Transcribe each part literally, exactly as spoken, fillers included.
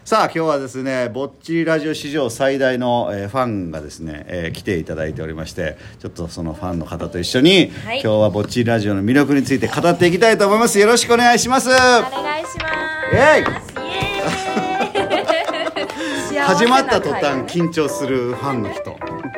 さあ今日はですねぼっちりラジオ史上最大の、えー、ファンがですね、えー、来ていただいておりまして、ちょっとそのファンの方と一緒に、はい、今日はぼっちりラジオの魅力について語っていきたいと思います。よろしくお願いします。お願いします。イエーイ始まった途端緊張するファンの人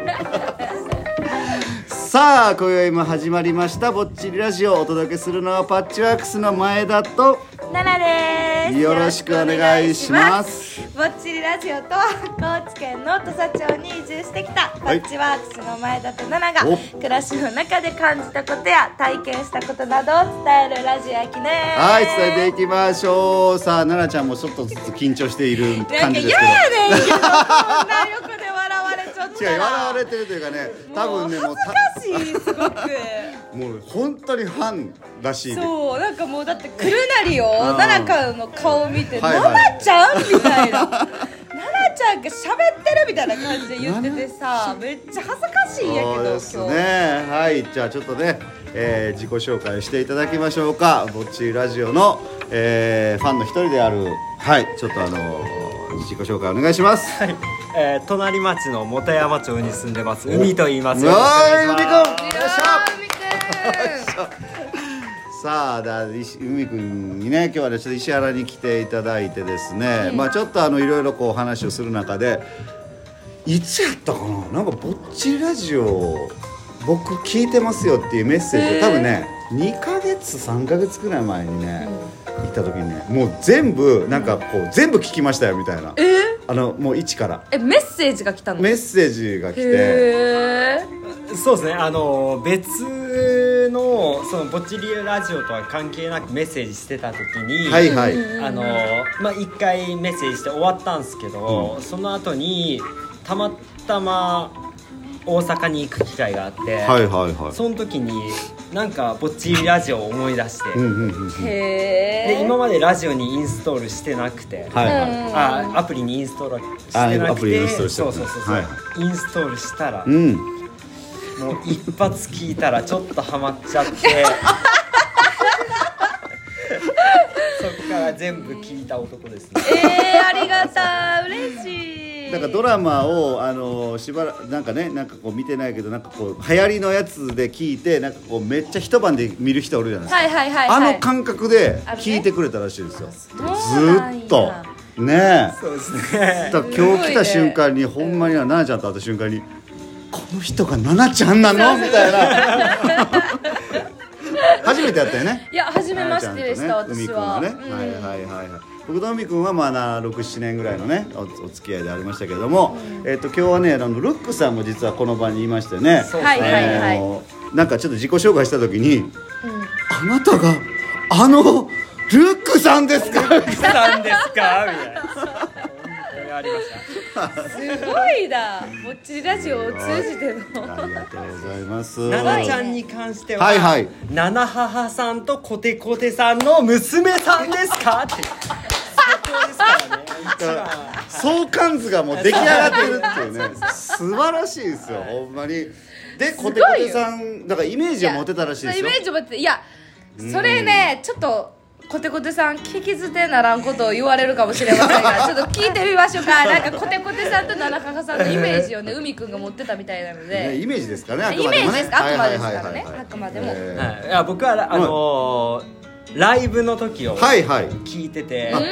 さあ今宵も始まりましたぼっちりラジオ。お届けするのはパッチワークスの前田と奈々です。 よろしくお願いします。 ぼっちりラジオとは高知県の土佐町に移住してきたパッチワークスの前田と奈々が暮らしの中で感じたことや体験したことなどを伝えるラジオやきね。 はい伝えていきましょう。さあ奈々ちゃんもちょっとずつ緊張している感じですけど、なんか嫌やねんけどこんな横で笑われちゃったら違う笑われてるというかね、多分ねもう恥ずかしいすごくもう本当にファンらしいで、 そうなんかもうだって来るなりよ奈々かの顔見て、はいはい、奈々ちゃんみたいな奈々ちゃんが喋ってるみたいな感じで言っててさ、めっちゃ恥ずかしいんやけど。そうですね。はい、じゃあちょっとね、えー、自己紹介していただきましょうか。ぼっちラジオの、えー、ファンの一人である、はいちょっとあのー、自己紹介お願いします。 はい、えー、隣町の本山町に住んでます海と言います。 よろしくお願いします。 よいしょさあだ海くんにね今日は、ね、ちょっと石原に来ていただいてですね、うん、まあちょっとあのいろいろこう話をする中で、いつやったかな、なんかぼっちりラジオ僕聞いてますよっていうメッセージを多分ねにかげつさんかげつくらい前にね、うん、行った時にねもう全部なんかこう全部聞きましたよみたいな、 えー、 あのもう一からえメッセージが来たの。 メッセージが来て、 へーそうですね、あの別のそのぼっちりラジオとは関係なくメッセージしてた時に、 はいはい、 あのまあ一回メッセージして終わったんですけど、うん、その後にたまたま大阪に行く機会があって、 はいはいはい、 その時になんかぼっちりラジオを思い出して、うんうんうん、 へで今までラジオにインストールしてなくて、 はいはい、 あアプリにインストールしてなくて、そうそうそうそう、はい、インストールしたら、うん、もう一発聞いたらちょっとハマっちゃってそっから全部聞いた男ですね。 えー、ありがたい、嬉しい。 なんかドラマをあのしばらなんかねなんかこう見てないけどなんかこう流行りのやつで聞いてなんかこうめっちゃ一晩で見る人おるじゃないですか、 はいはいはいはい、 あの感覚で聞いてくれたらしいですよ、ね、ずっとねえ。 そうですね。 だ今日来た瞬間に、ね、ほんまに奈々ちゃんと会った瞬間にこの人が奈々ちゃんなのみたいな初めてやったよね。 いや初めましてでした、ね、私は、 海くんはね、うん、はいはいはいはい。僕と海くんはまあろく、ななねんぐらいのね お, お付き合いでありましたけども、うん、えー、と今日はねあのルックさんも実はこの場にいましてね、 はいはいはい、 なんかちょっと自己紹介した時に、うん、あなたがあのルックさんですかルックさんですかみたいなありました。 すごいだぼっちりラジオを通じてのありがとうございます。 奈々ちゃんに関しては、 はいはい、 七母さんとコテコテさんの娘さんですかって相関図がもう出来上がってるっていうね素晴らしいですよ、はい、ほんまに。でコテコテさんだからイメージを持てたらしいですよ。 イメージを持っていやそれねちょっとコテコテさん聞き捨てならんことを言われるかもしれませんがちょっと聞いてみましょうか。なんかコテコテさんと七母さんのイメージをね海くんが持ってたみたいなので、 ね、イメージですかね、あくまでもね、イメージですか、あくまでですからね、 はいはいはいはい、 あくまでも、 えーはい、いや僕はあのーライブの時を聞いてて、はいはい、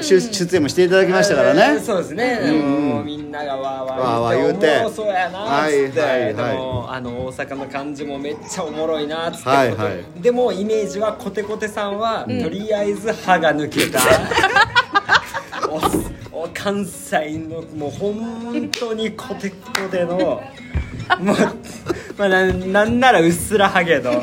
出, 出演もしていただきましたからね。 そうですね、うん、もうみんながわーわー言っておもろそうやなっつって、はいはいはい、でもあの大阪の感じもめっちゃおもろいなっつって、はいはい、でもイメージはコテコテさんは、うん、とりあえず歯が抜けたおお関西のもう本当にコテコテのもう、まあ、な, なんならうっすらハゲど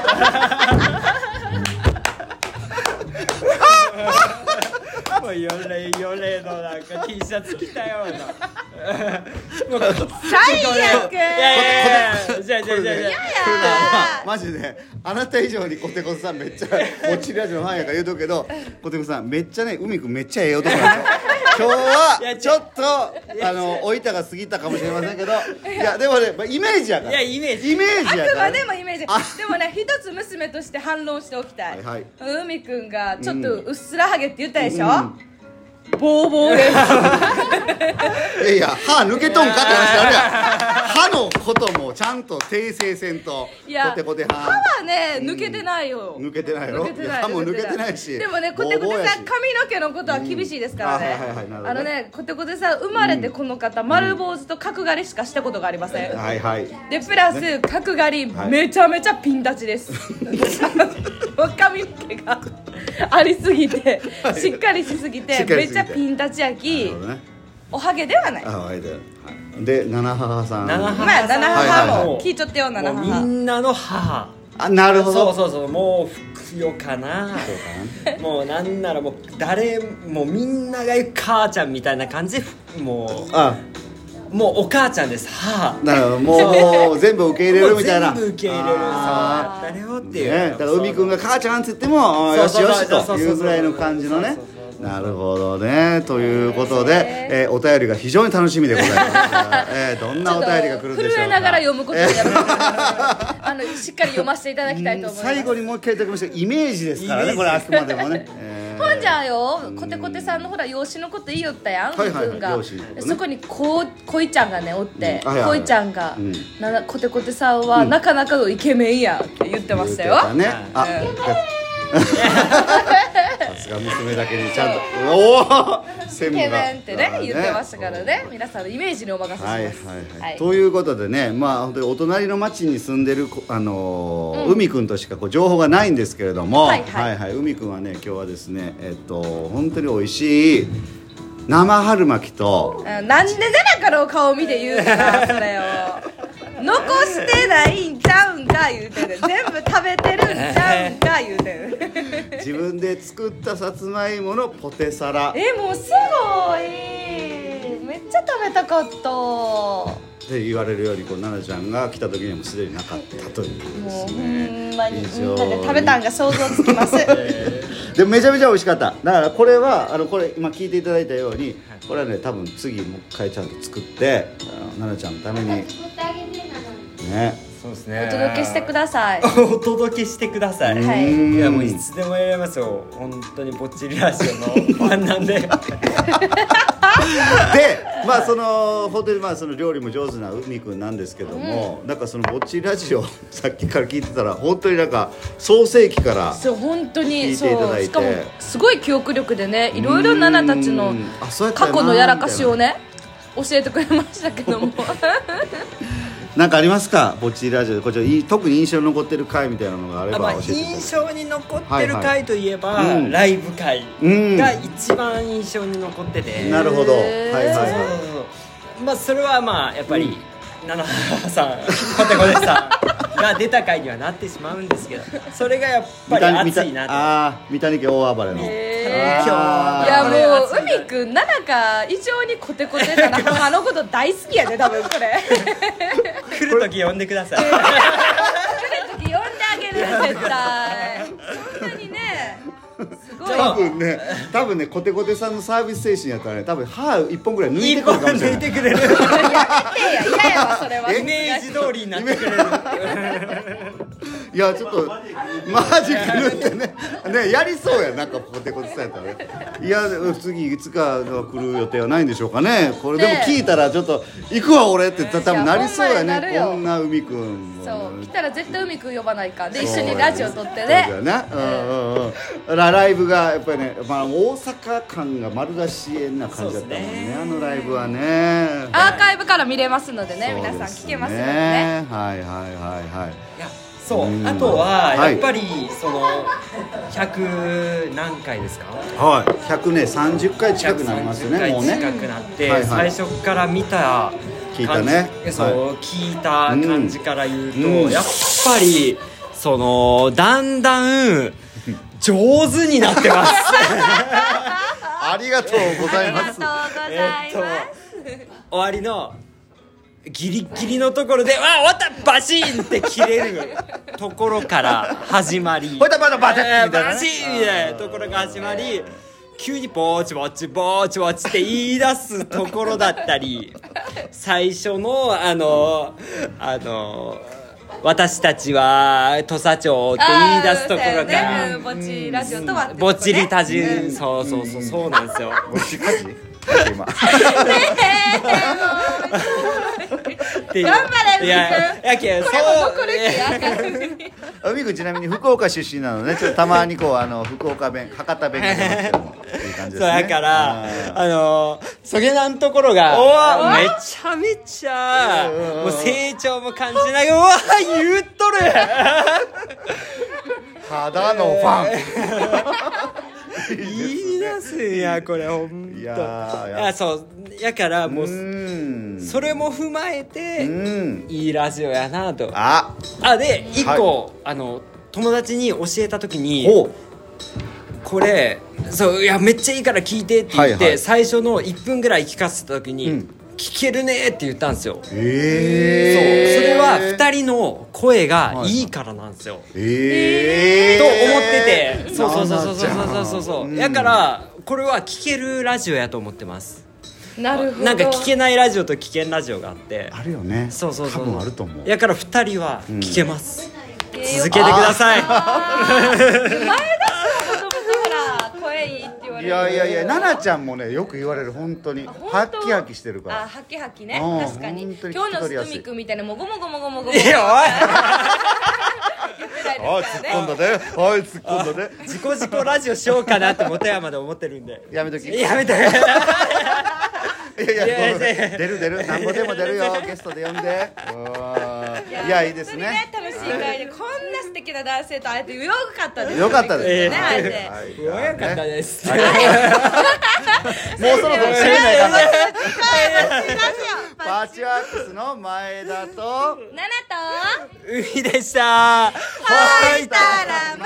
もうヨレヨレのなんか T シャツ着たようなもう最悪。いやいやいやじゃあじゃあじゃあじゃあマジであなた以上にコテコテさんめっちゃぼっちりラジオのファンやから言うとくけどコテコテさんめっちゃね海くんめっちゃええ男なんですよ。今日はちょっとあのお板が過ぎたかもしれませんけどいやでもね、まあ、イメージやから。 いやイメージイメージやから、ね、 あくまでもイメージ。でもね一つ娘として反論しておきたい、はいはい、海くんがちょっとうっすらハゲって言ったでしょ、うんうん、 ボーボーですいやいや歯抜けとんかって話あるやん歯のこともちゃんと訂正せんといやコテコテ歯歯はね抜けてないよ、 抜けてないよ抜けてない歯も抜けてないしでもねコテコテさん髪の毛のことは厳しいですからね、あのねコテコテさん生まれてこの方、うん、丸坊主と角刈りしかしたことがありません、 はいはいでプラス、ね、角刈り、はい、めちゃめちゃピン立ちです髪の毛がありすぎてしっかりしすぎてめっちゃピン立ちやき、ね、おはげではない。 あで七母さん、 七母さん、七母も聞いちゃってよ、七母。 みんなの母。 あ、なるほど。 そうそうそう、もうふくよかな。もうなんならもう誰もみんなが言う母ちゃんみたいな感じでもう。あ。もうお母ちゃんです。母。 なるほど、もう全部受け入れるみたいな。 全部受け入れる。さあ、誰よっていう。 ね、だから海くんが母ちゃんって言ってもよしよしというぐらいの感じのね。なるほどね。ということで、えー、お便りが非常に楽しみでございます。えー、どんなお便りが来るんでしょうか。 震えながら読むことをやめてください。あのしっかり読ませていただきたいと思います。 最後にもう一回いただきました。イメージですからね。これあくまでもね。 ほんじゃよ、コテコテさんのほら養子のこと言いよったやん、海くんが。そこにこう恋ちゃんがねおって、恋ちゃんがコテコテさんはなかなかのイケメンやって言ってましたよ。 ね。あ。さすが娘だけにちゃんとおおイケメンってね言ってましたからね、皆さんのイメージにお任せします。はいはいはい。ということでね、まあ本当にお隣の町に住んでるあの海くんとしかこう情報がないんですけれども、はいはい海くんはね今日はですねえっと本当に美味しい生春巻きと、 なんででなかの顔見て言うかなそれを。残してないんちゃうんか言うてる、全部食べてるんちゃうんか言うてる。 自分で作ったさつまいものポテサラ。 えもうすごいめっちゃ食べたかったって言われるようにこう奈々ちゃんが来た時にはもうすでになかったというですね。 もうほんまにみんなで食べたんが想像つきます。 でもめちゃめちゃ美味しかった。だからこれはあのこれ今聞いていただいたようにこれはね多分次もう一回ちゃんと作って奈々ちゃんのためにね、 そうですね。 お届けしてください。 お届けしてください。はい。いやもういつでもやりますよ。本当にぼっちりラジオのファンなんで。で、 まあその本当にまあその料理も上手な海くんなんですけども、うん、なんかそのぼっちりラジオさっきから聞いてたら本当になんか創世記からそう本当に聞いていただいて、しかもすごい記憶力でね、いろいろナナたちの過去のやらかしをね教えてくれましたけども。 なんかありますか、ぼっちりラジオでこちら特に印象に残ってる回みたいなのがあれば教えてください。 印象に残ってる回といえば、はいはい、ライブ回が一番印象に残ってて、 うん、なるほど、はいはいはい。まあそれはまあやっぱり、うん、七母さんコテコテさんが出た回にはなってしまうんですけど、それがやっぱり熱いなと。 ああ三谷家大暴れの。 いやもう海くんなんか異常にコテコテな母のこと大好きやね多分これ。 来る時呼んでください。来る時呼んであげる絶対。そんなにね。すごい多分ね、多分ねコテコテさんのサービス精神やったらね、多分歯一本ぐらい抜いてくるかもしれない。 抜いてくれる。 やめてや、嫌やわそれは。 イメージ通りになってくれる。 いやちょっとマジック塗ってね、ねやりそうやなんかコテコテさんやったらね。いや次いつか来る予定はないんでしょうかね。これでも聞いたらちょっと行くわ俺って多分なりそうやね。こんな海くん。 そう来たら絶対海くん呼ばないかで一緒にラジオ撮ってね。 そうだよね。うんうんうん。ライブがやっぱりね、まあ大阪感が丸出しな感じだったもんね。あのライブはね。 アーカイブから見れますのでね、皆さん聞けますのでね。 はいはいはいはい。 いやそう、あとはやっぱりそのひゃく何回ですか？ はい。ひゃくねさんじゅっかい近くなりますよね。もうね。 近くなって最初から見た聞いたね。 そう聞いた感じから言うとやっぱりそのだんだん上手になってます。 ありがとうございます。 ありがとうございます。 えっと終わりのギリギリのところでわあ終わったバシーンって切れるところから始まり、 バタバタバタッみたいなバシーンみたいなところが始まり、急にぼちぼちぼちぼちって言い出すところだったり、最初のあのあの私たちは土佐町って言い出すところから、 ね、ぼっちラジオとはぼっちり多重、そうそうそうそうなんですよ。 ぼっちかじ今ねえ頑張れいややけこれも残る気やから海くんちなみに福岡出身なのね、ちょっとたまにこうあの福岡弁博多弁が出ますけどもっていう感じですね。 そうやからあのそげなんところがめちゃめちゃもう成長も感じながらうわ言っとるただのファン言い出すんやこれほんと。いやいやそうやからもうそれも踏まえていいラジオやなと。 ああで一個、はい、あの友達に教えた時にこれそういやめっちゃいいから聞いてって言って、はいはい、最初のいっぷんぐらい聞かせた時に、うん、聞けるねって言ったんですよ。 えー、そうそれはふたりの声がいいからなんですよ、はい、 えー、 と思っててそうそうそうそうそうそうそうだからこれは聞けるラジオやと思ってます。 なるほど。 なんか聞けないラジオと聞けんラジオがあってあるよね。 そうそうそう多分あると思う。 だからふたりは聞けます、うん、続けてください。 前だし子供から声いいって言われる。 いやいやいや奈々ちゃんもねよく言われる本当にハッキハキしてるから。 あハキハキね確かに。今日のスミ君みたいなもごもごもごもごもいやおいはい突っ込んだねはい突っ込んだね自己自己ラジオしようかなって元山で思ってるんでやめときやめときいやいや出る出る何ぼでも出るよゲストで呼んでいやいいですね楽しい会でこんな素敵な男性と会えてよかったですよかったですね会えてよかったですもうそろそろ締めないかなパッチワークスの前田とナナと海でした。 はいたら